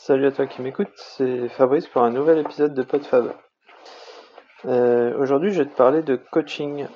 Salut à toi qui m'écoute, c'est Fabrice pour un nouvel épisode de PodFab. Aujourd'hui, je vais te parler de coaching.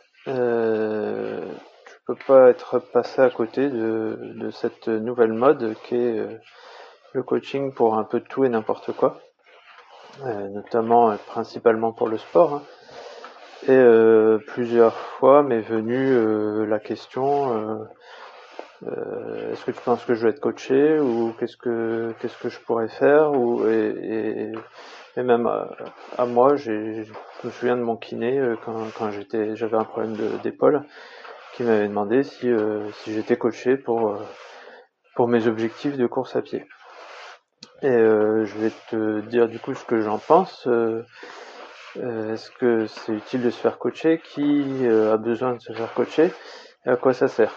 Tu peux pas être passé à côté de cette nouvelle mode qui est le coaching pour un peu tout et n'importe quoi, notamment principalement pour le sport. Et plusieurs fois m'est venue la question est-ce que tu penses que je vais être coaché ou qu'est-ce que je pourrais faire et même à moi, je me souviens de mon kiné quand j'avais un problème d'épaule, qui m'avait demandé si j'étais coaché pour mes objectifs de course à pied. Et je vais te dire du coup ce que j'en pense. Est-ce que c'est utile de se faire coacher? Qui a besoin de se faire coacher? Et à quoi ça sert?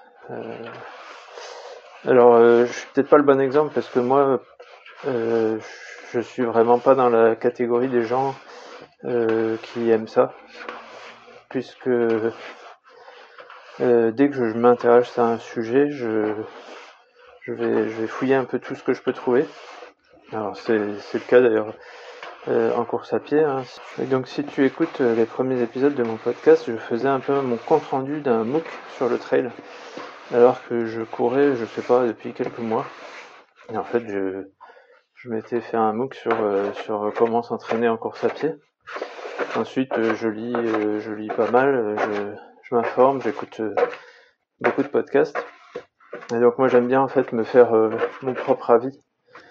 Alors, je suis peut-être pas le bon exemple parce que moi, je suis vraiment pas dans la catégorie des gens qui aiment ça, puisque dès que je m'intéresse à un sujet, je vais fouiller un peu tout ce que je peux trouver. Alors c'est le cas d'ailleurs en course à pied. Et donc si tu écoutes les premiers épisodes de mon podcast, je faisais un peu mon compte rendu d'un MOOC sur le trail, alors que je courais, je sais pas, depuis quelques mois. Et en fait, je m'étais fait un MOOC sur comment s'entraîner en course à pied. Ensuite, je lis pas mal, je m'informe, j'écoute beaucoup de podcasts. Et donc moi, j'aime bien en fait me faire mon propre avis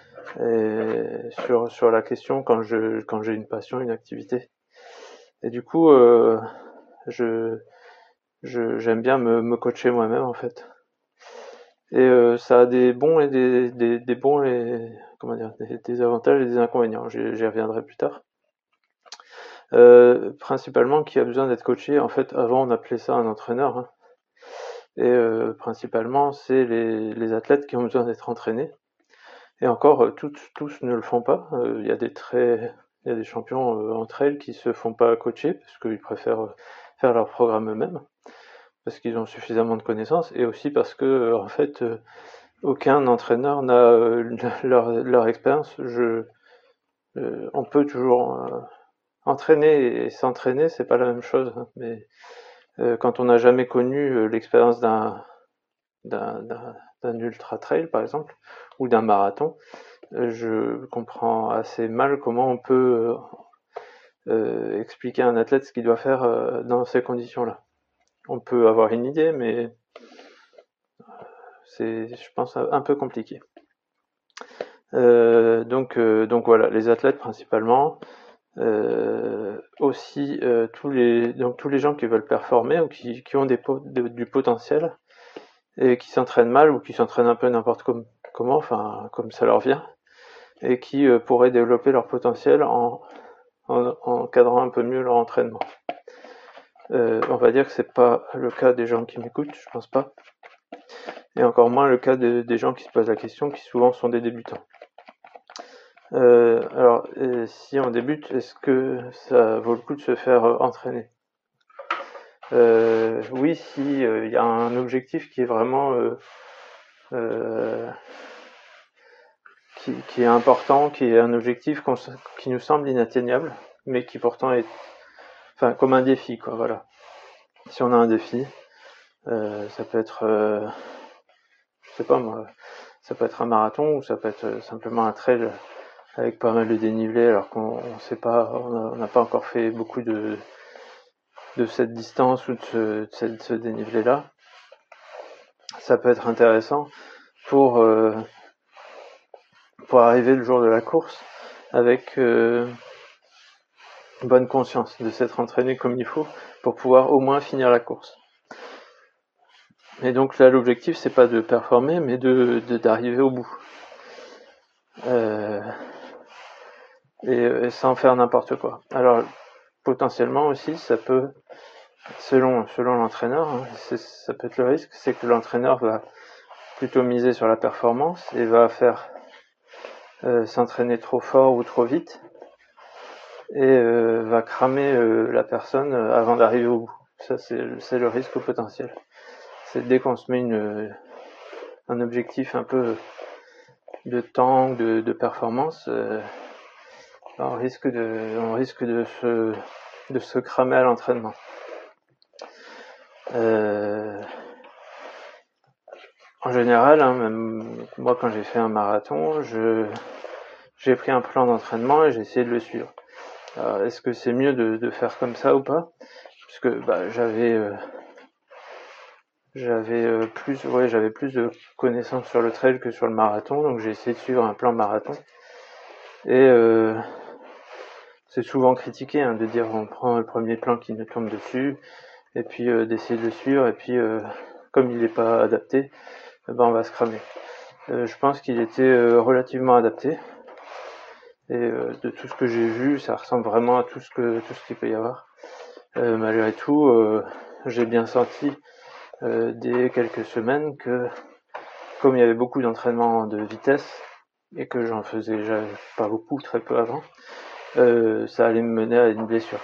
sur la question quand j'ai une passion, une activité. Et du coup, j'aime bien me coacher moi-même en fait. Et ça a des bons et des bons et comment dire, des avantages et des inconvénients. J'y reviendrai plus tard. Principalement, qui a besoin d'être coaché. En fait, avant, on appelait ça un entraîneur. Et principalement, c'est les athlètes qui ont besoin d'être entraînés. Et encore, tous ne le font pas. Il y a des champions entre elles qui se font pas coacher parce qu'ils préfèrent faire leur programme eux-mêmes, parce qu'ils ont suffisamment de connaissances, et aussi parce que en fait, aucun entraîneur n'a leur expérience. On peut toujours entraîner et s'entraîner, c'est pas la même chose, mais quand on n'a jamais connu l'expérience d'un ultra trail par exemple, ou d'un marathon, je comprends assez mal comment on peut expliquer à un athlète ce qu'il doit faire dans ces conditions-là. On peut avoir une idée, mais c'est, je pense, un peu compliqué. Donc voilà, les athlètes principalement, aussi tous les gens qui veulent performer ou qui ont du potentiel et qui s'entraînent mal ou qui s'entraînent un peu n'importe comment, enfin comme ça leur vient, et qui pourraient développer leur potentiel en encadrant un peu mieux leur entraînement. On va dire que c'est pas le cas des gens qui m'écoutent, je pense pas, et encore moins le cas des gens qui se posent la question, qui souvent sont des débutants. Alors, si on débute, est-ce que ça vaut le coup de se faire entraîner? Oui, si il y a un objectif qui est vraiment qui est important, qui est un objectif qui nous semble inatteignable, mais qui pourtant est, enfin, comme un défi, quoi. Voilà. Si on a un défi, ça peut être, je sais pas moi, ça peut être un marathon ou ça peut être simplement un trail avec pas mal de dénivelé, alors qu'on sait pas, on n'a pas encore fait beaucoup de cette distance ou de ce dénivelé-là. Ça peut être intéressant pour arriver le jour de la course avec bonne conscience de s'être entraîné comme il faut pour pouvoir au moins finir la course. Et donc là, l'objectif, c'est pas de performer, mais d'arriver au bout. Et sans faire n'importe quoi. Alors, potentiellement aussi, ça peut, selon l'entraîneur, ça peut être le risque, c'est que l'entraîneur va plutôt miser sur la performance et va faire s'entraîner trop fort ou trop vite et va cramer la personne avant d'arriver au bout. Ça, c'est le risque au potentiel. C'est dès qu'on se met un objectif un peu de temps, de performance, on risque de se cramer à l'entraînement. En général, même moi quand j'ai fait un marathon, j'ai pris un plan d'entraînement et j'ai essayé de le suivre. Alors, est-ce que c'est mieux de faire comme ça ou pas? Parce que j'avais plus de connaissances sur le trail que sur le marathon, donc j'ai essayé de suivre un plan marathon. Et c'est souvent critiqué de dire on prend le premier plan qui nous tombe dessus, et puis d'essayer de le suivre, et puis comme il n'est pas adapté, on va se cramer. Je pense qu'il était relativement adapté, et de tout ce que j'ai vu, ça ressemble vraiment à tout ce qu'il peut y avoir. Malgré tout, j'ai bien senti dès quelques semaines que, comme il y avait beaucoup d'entraînement de vitesse et que j'en faisais pas beaucoup, très peu avant, ça allait me mener à une blessure.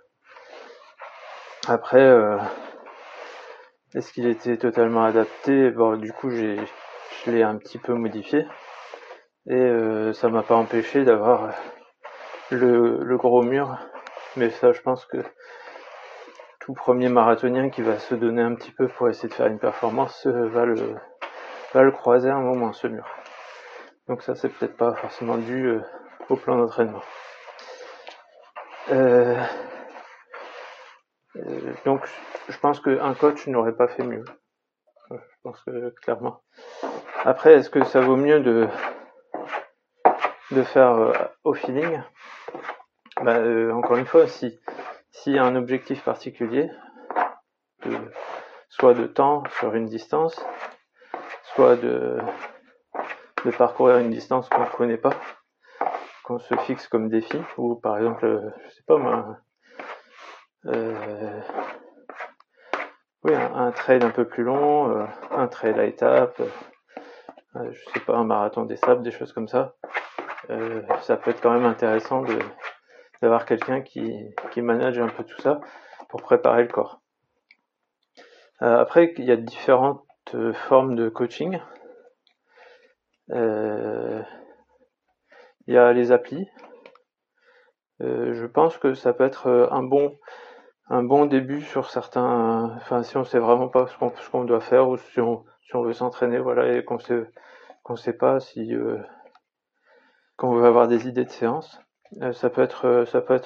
Après, est-ce qu'il était totalement adapté? Du coup, je l'ai un petit peu modifié et ça m'a pas empêché d'avoir le gros mur. Mais ça, je pense que tout premier marathonien qui va se donner un petit peu pour essayer de faire une performance va le croiser à un moment, ce mur. Donc ça, c'est peut-être pas forcément dû au plan d'entraînement. Donc je pense qu'un coach n'aurait pas fait mieux. Je pense que clairement. Après, est-ce que ça vaut mieux de faire au feeling? Encore une fois, s'il y a un objectif particulier, soit de temps sur une distance, soit de parcourir une distance qu'on ne connaît pas, qu'on se fixe comme défi, ou par exemple, je sais pas moi, un trail un peu plus long, un trail à étapes, je sais pas, un marathon des sables, des choses comme ça. Ça peut être quand même intéressant d'avoir quelqu'un qui manage un peu tout ça pour préparer le corps. Après, il y a différentes formes de coaching. Il y a les applis. Je pense que ça peut être un bon début sur certains. Enfin, si on sait vraiment pas ce qu'on doit faire ou si on veut s'entraîner, voilà, et qu'on sait pas si qu'on veut avoir des idées de séance, ça peut être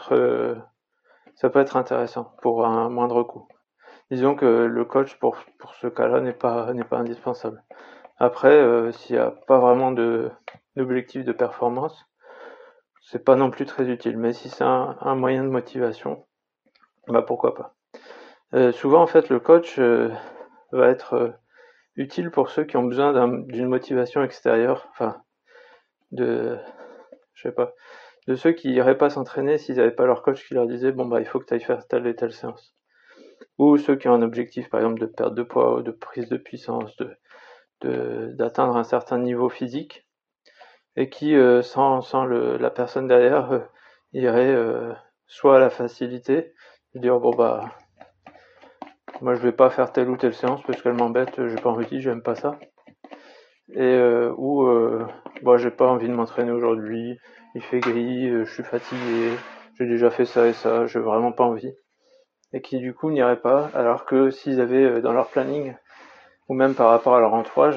intéressant pour un moindre coût. Disons que le coach pour ce cas-là n'est pas indispensable. Après, s'il n'y a pas vraiment d'objectif de performance, c'est pas non plus très utile. Mais si c'est un moyen de motivation, pourquoi pas. Souvent, en fait, le coach va être utile pour ceux qui ont besoin d'une motivation extérieure, de ceux qui iraient pas s'entraîner s'ils n'avaient pas leur coach qui leur disait il faut que tu ailles faire telle et telle séance. Ou ceux qui ont un objectif, par exemple, de perte de poids ou de prise de puissance, d'atteindre un certain niveau physique, et qui, sans la personne derrière, irait soit à la facilité, dire moi je vais pas faire telle ou telle séance parce qu'elle m'embête, j'ai pas envie, j'aime pas ça, et j'ai pas envie de m'entraîner aujourd'hui, il fait gris, je suis fatigué, j'ai déjà fait ça et ça, j'ai vraiment pas envie, et qui du coup n'iraient pas, alors que s'ils avaient dans leur planning, ou même par rapport à leur entourage,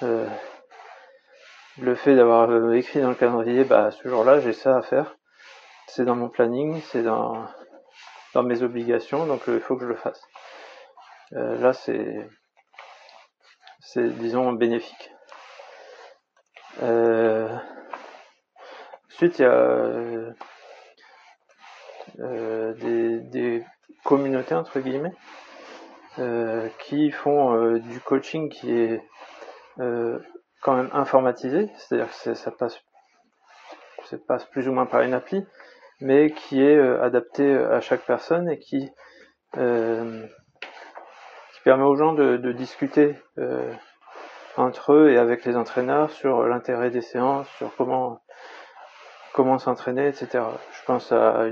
le fait d'avoir écrit dans le calendrier, ce jour-là j'ai ça à faire, c'est dans mon planning, c'est dans mes obligations, donc il faut que je le fasse. Là c'est disons bénéfique. Ensuite il y a des communautés entre guillemets qui font du coaching qui est quand même informatisé, c'est-à-dire que ça passe plus ou moins par une appli, mais qui est adapté à chaque personne et qui permet aux gens de discuter entre eux et avec les entraîneurs sur l'intérêt des séances, sur comment s'entraîner, etc. Je pense à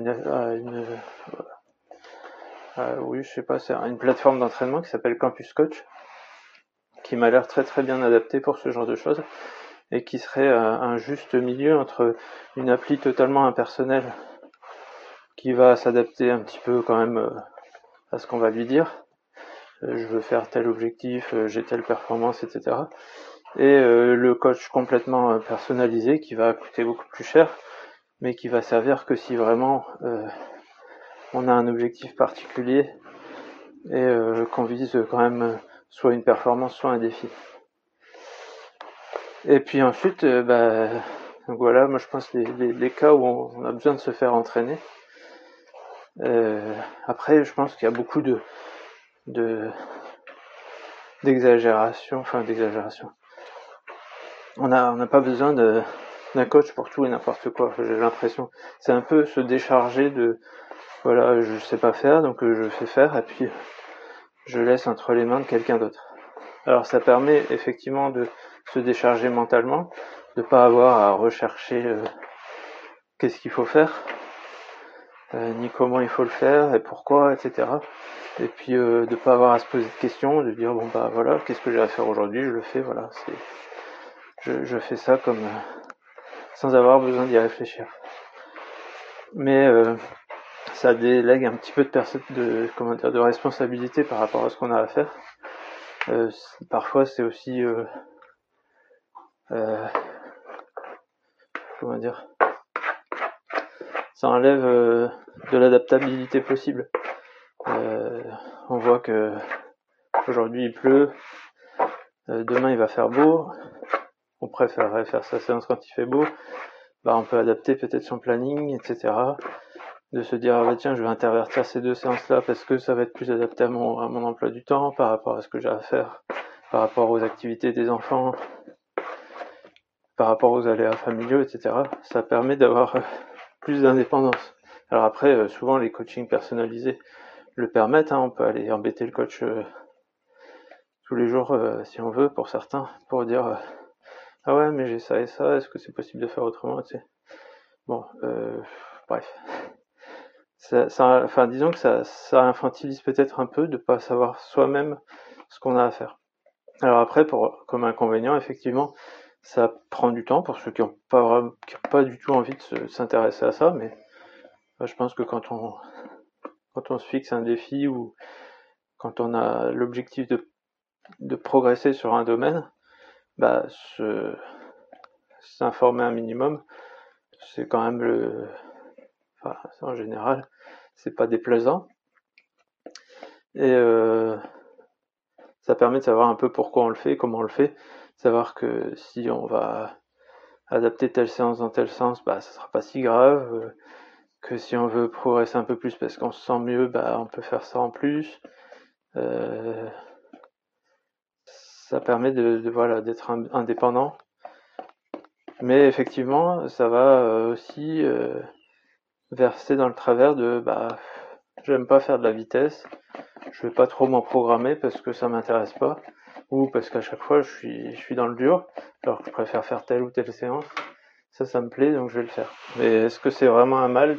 c'est une plateforme d'entraînement qui s'appelle Campus Coach, qui m'a l'air très très bien adaptée pour ce genre de choses, et qui serait un juste milieu entre une appli totalement impersonnelle qui va s'adapter un petit peu quand même à ce qu'on va lui dire. Je veux faire tel objectif, j'ai telle performance, etc. Et le coach complètement personnalisé qui va coûter beaucoup plus cher, mais qui va servir que si vraiment on a un objectif particulier et qu'on vise quand même soit une performance, soit un défi. Et puis ensuite, donc voilà, moi je pense les cas où on a besoin de se faire entraîner. Après, je pense qu'il y a beaucoup d'exagération. On n'a pas besoin d'un coach pour tout et n'importe quoi. J'ai l'impression, c'est un peu se décharger de, voilà, je sais pas faire, donc je fais faire et puis je laisse entre les mains de quelqu'un d'autre. Alors ça permet effectivement de se décharger mentalement, de pas avoir à rechercher qu'est-ce qu'il faut faire, ni comment il faut le faire et pourquoi, etc. Et puis de pas avoir à se poser de questions, de dire bon bah voilà, qu'est-ce que j'ai à faire aujourd'hui, je le fais, voilà, je fais ça comme sans avoir besoin d'y réfléchir. Mais ça délègue un petit peu de responsabilité par rapport à ce qu'on a à faire. Parfois c'est aussi ça enlève de l'adaptabilité possible. On voit que aujourd'hui il pleut, demain il va faire beau, on préférerait faire sa séance quand il fait beau, on peut adapter peut-être son planning, etc. De se dire tiens, je vais intervertir ces deux séances là parce que ça va être plus adapté à mon emploi du temps par rapport à ce que j'ai à faire, par rapport aux activités des enfants, par rapport aux aléas familiaux, etc. Ça permet d'avoir plus d'indépendance. Alors après, souvent les coachings personnalisés le permettent, on peut aller embêter le coach tous les jours si on veut, pour certains, pour dire ah ouais mais j'ai ça et ça, est-ce que c'est possible de faire autrement, tu sais. Bon, bref. Disons que ça infantilise peut-être un peu de pas savoir soi-même ce qu'on a à faire. Alors après, comme inconvénient, effectivement, ça prend du temps pour ceux qui n'ont pas du tout envie de s'intéresser à ça, mais je pense que quand on se fixe un défi ou quand on a l'objectif de progresser sur un domaine, s'informer un minimum, c'est quand même en général, c'est pas déplaisant. Et ça permet de savoir un peu pourquoi on le fait, comment on le fait, savoir que si on va adapter telle séance dans tel sens, ça sera pas si grave, que si on veut progresser un peu plus parce qu'on se sent mieux, on peut faire ça en plus. Ça permet d'être indépendant, mais effectivement ça va aussi verser dans le travers de j'aime pas faire de la vitesse, je vais pas trop m'en programmer parce que ça m'intéresse pas, ou parce qu'à chaque fois je suis dans le dur alors que je préfère faire telle ou telle séance, ça me plaît donc je vais le faire. Mais est-ce que c'est vraiment un mal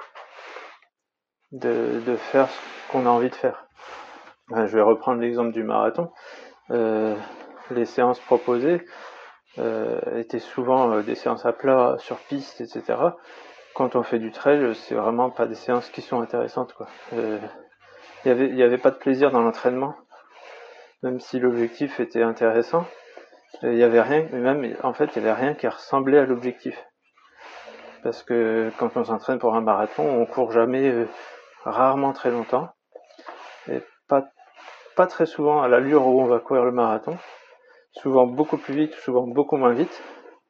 de faire ce qu'on a envie de faire? Je vais reprendre l'exemple du marathon. Les séances proposées étaient souvent des séances à plat sur piste, etc. Quand on fait du trail, c'est vraiment pas des séances qui sont intéressantes, quoi. Il y avait pas de plaisir dans l'entraînement, même si l'objectif était intéressant. Il y avait rien, même en fait, il y avait rien qui ressemblait à l'objectif. Parce que quand on s'entraîne pour un marathon, on court jamais, rarement très longtemps, et pas très souvent à l'allure où on va courir le marathon. Souvent beaucoup plus vite, souvent beaucoup moins vite.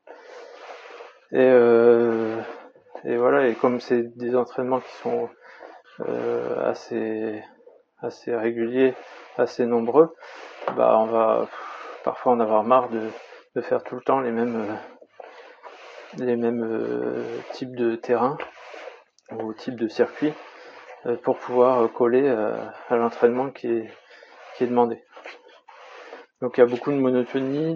Et voilà, et comme c'est des entraînements qui sont assez réguliers, assez nombreux, on va parfois en avoir marre de faire tout le temps les mêmes types de terrains ou types de circuits pour pouvoir coller à l'entraînement qui est demandé. Donc il y a beaucoup de monotonie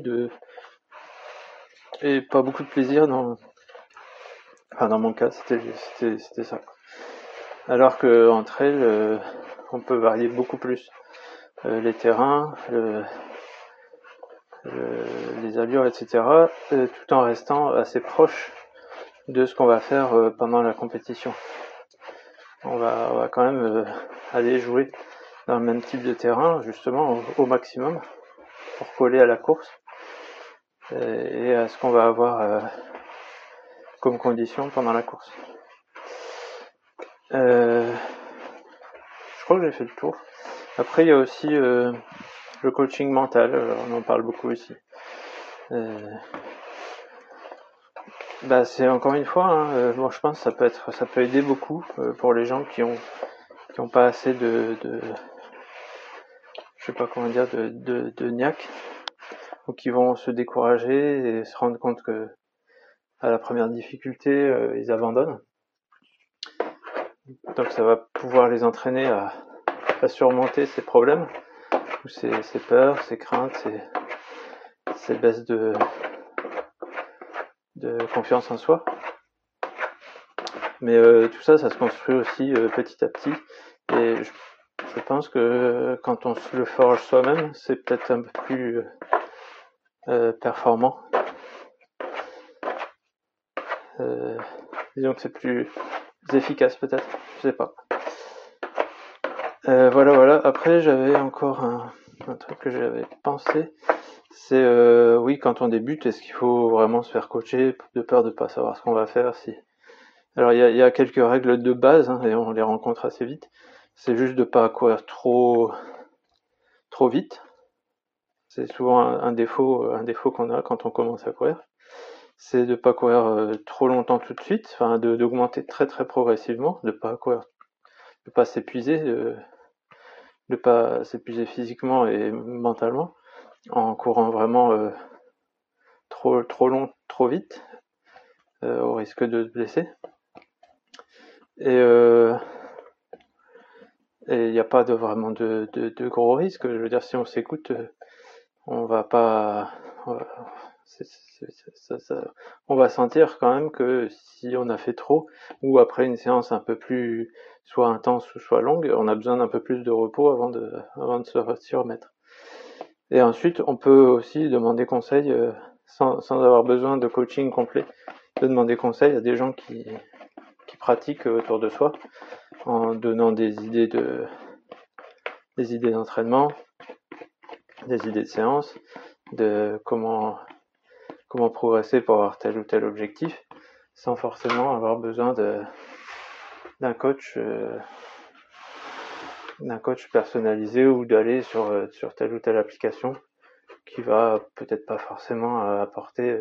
et pas beaucoup de plaisir dans mon cas c'était ça. Alors que entre elles, on peut varier beaucoup plus les terrains, les allures, etc., tout en restant assez proche de ce qu'on va faire pendant la compétition. On va quand même aller jouer dans le même type de terrain, justement, au maximum, pour coller à la course et à ce qu'on va avoir comme condition pendant la course. Je crois que j'ai fait le tour. Après, il y a aussi le coaching mental, on en parle beaucoup ici. C'est encore une fois, je pense que ça peut aider beaucoup pour les gens qui ont pas assez de je sais pas comment dire, de niaque, ou qui vont se décourager et se rendre compte que à la première difficulté, ils abandonnent. Donc ça va pouvoir les entraîner à surmonter ces problèmes, ou ces peurs, ces craintes, ces baisses de confiance en soi. Mais tout ça se construit aussi petit à petit, et je pense que quand on se le forge soi-même, c'est peut-être un peu plus performant. Disons que c'est plus efficace peut-être, je sais pas. Voilà. Après, j'avais encore un truc que j'avais pensé. C'est oui, quand on débute, est-ce qu'il faut vraiment se faire coacher de peur de pas savoir ce qu'on va faire si... Alors il y a quelques règles de base, et on les rencontre assez vite. C'est juste de pas courir trop vite. C'est souvent un défaut qu'on a quand on commence à courir. C'est de pas courir trop longtemps tout de suite, enfin d'augmenter très très progressivement, de pas s'épuiser, de pas s'épuiser physiquement et mentalement en courant vraiment trop long, trop vite, au risque de se blesser. Et il n'y a pas vraiment de gros risques. Je veux dire, si on s'écoute, on va pas... on va sentir quand même que si on a fait trop, ou après une séance un peu plus soit intense ou soit longue, on a besoin d'un peu plus de repos avant de s'y remettre. Et ensuite, on peut aussi demander conseil sans avoir besoin de coaching complet, de demander conseil à des gens qui pratiquent autour de soi, en donnant des idées d'entraînement, des idées de séance, de comment progresser pour avoir tel ou tel objectif, sans forcément avoir besoin d'un coach personnalisé, ou d'aller sur telle ou telle application qui va peut-être pas forcément apporter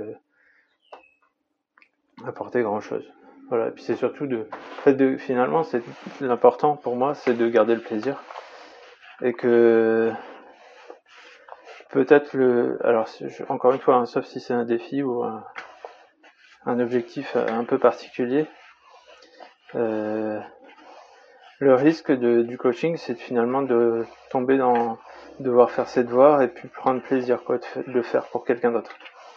grand chose. Voilà. Et puis c'est surtout finalement, c'est l'important pour moi, c'est de garder le plaisir, et que peut-être alors encore une fois, sauf si c'est un défi ou un objectif un peu particulier, le risque du coaching, c'est finalement de tomber dans devoir faire ses devoirs et puis prendre plaisir de le faire pour quelqu'un d'autre.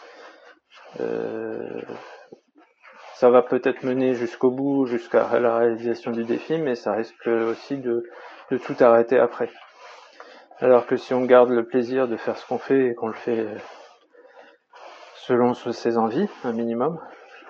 Ça va peut-être mener jusqu'au bout, jusqu'à la réalisation du défi, mais ça risque aussi de tout arrêter après. Alors que si on garde le plaisir de faire ce qu'on fait, et qu'on le fait selon ses envies, un minimum,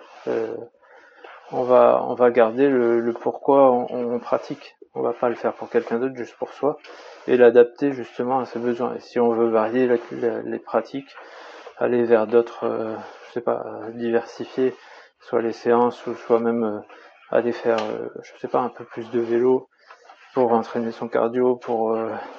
on va garder le pourquoi on pratique. On va pas le faire pour quelqu'un d'autre, juste pour soi, et l'adapter justement à ses besoins. Et si on veut varier les pratiques, aller vers d'autres, diversifier soit les séances, ou soit même aller faire, un peu plus de vélo pour entraîner son cardio, pour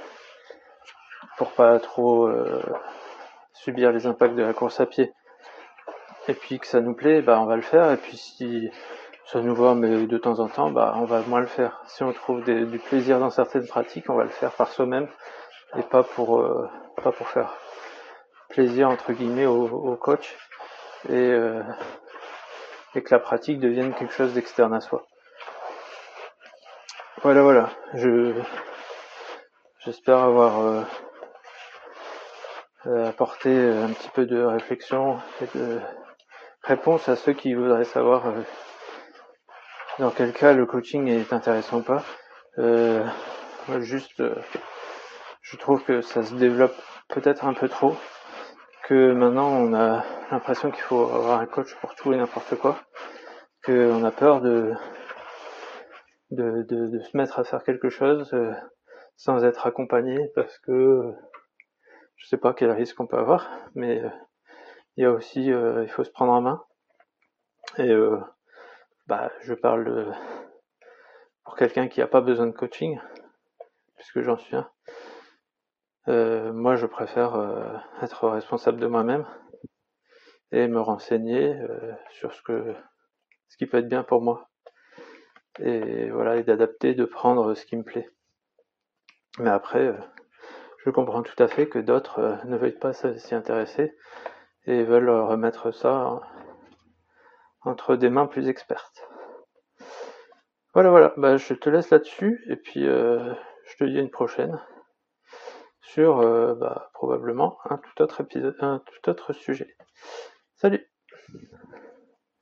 pas trop subir les impacts de la course à pied, et puis que ça nous plaît, on va le faire. Et puis si ça nous va, mais de temps en temps, on va moins le faire. Si on trouve du plaisir dans certaines pratiques, on va le faire par soi-même, et pas pour faire plaisir entre guillemets au coach, et que la pratique devienne quelque chose d'externe à soi. Voilà. J'espère avoir apporté un petit peu de réflexion et de réponse à ceux qui voudraient savoir dans quel cas le coaching est intéressant ou pas. Je trouve que ça se développe peut-être un peu trop, que maintenant on a l'impression qu'il faut avoir un coach pour tout et n'importe quoi, qu'on a peur de se mettre à faire quelque chose sans être accompagné, parce que je sais pas quel risque on peut avoir, mais il y a aussi il faut se prendre en main. Et je parle pour quelqu'un qui a pas besoin de coaching, puisque j'en suis un. Moi je préfère être responsable de moi-même et me renseigner sur ce qui peut être bien pour moi, et voilà, et d'adapter, de prendre ce qui me plaît. Mais après je comprends tout à fait que d'autres ne veuillent pas s'y intéresser et veulent remettre ça entre des mains plus expertes. Voilà, je te laisse là-dessus, et puis je te dis à une prochaine sur probablement un tout autre épisode, un tout autre sujet. Salut!